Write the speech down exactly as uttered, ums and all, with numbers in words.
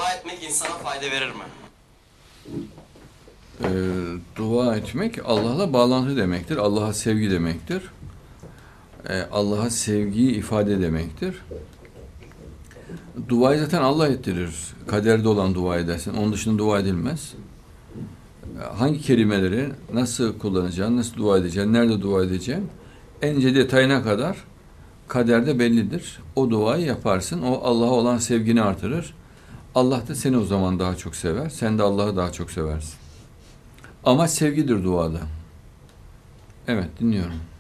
dua etmek insana fayda verir mi? Ee, dua etmek Allah'la bağlantı demektir. Allah'a sevgi demektir. Ee, Allah'a sevgiyi ifade demektir. Duayı zaten Allah ettirir. Kaderde olan dua edersin. Onun dışında dua edilmez. Hangi kelimeleri nasıl kullanacağın, nasıl dua edeceğin, nerede dua edeceğin en ince detayına kadar kaderde bellidir. O duayı yaparsın. O Allah'a olan sevgini artırır. Allah da seni o zaman daha çok sever. Sen de Allah'ı daha çok seversin. Amaç sevgidir duada. Evet, dinliyorum.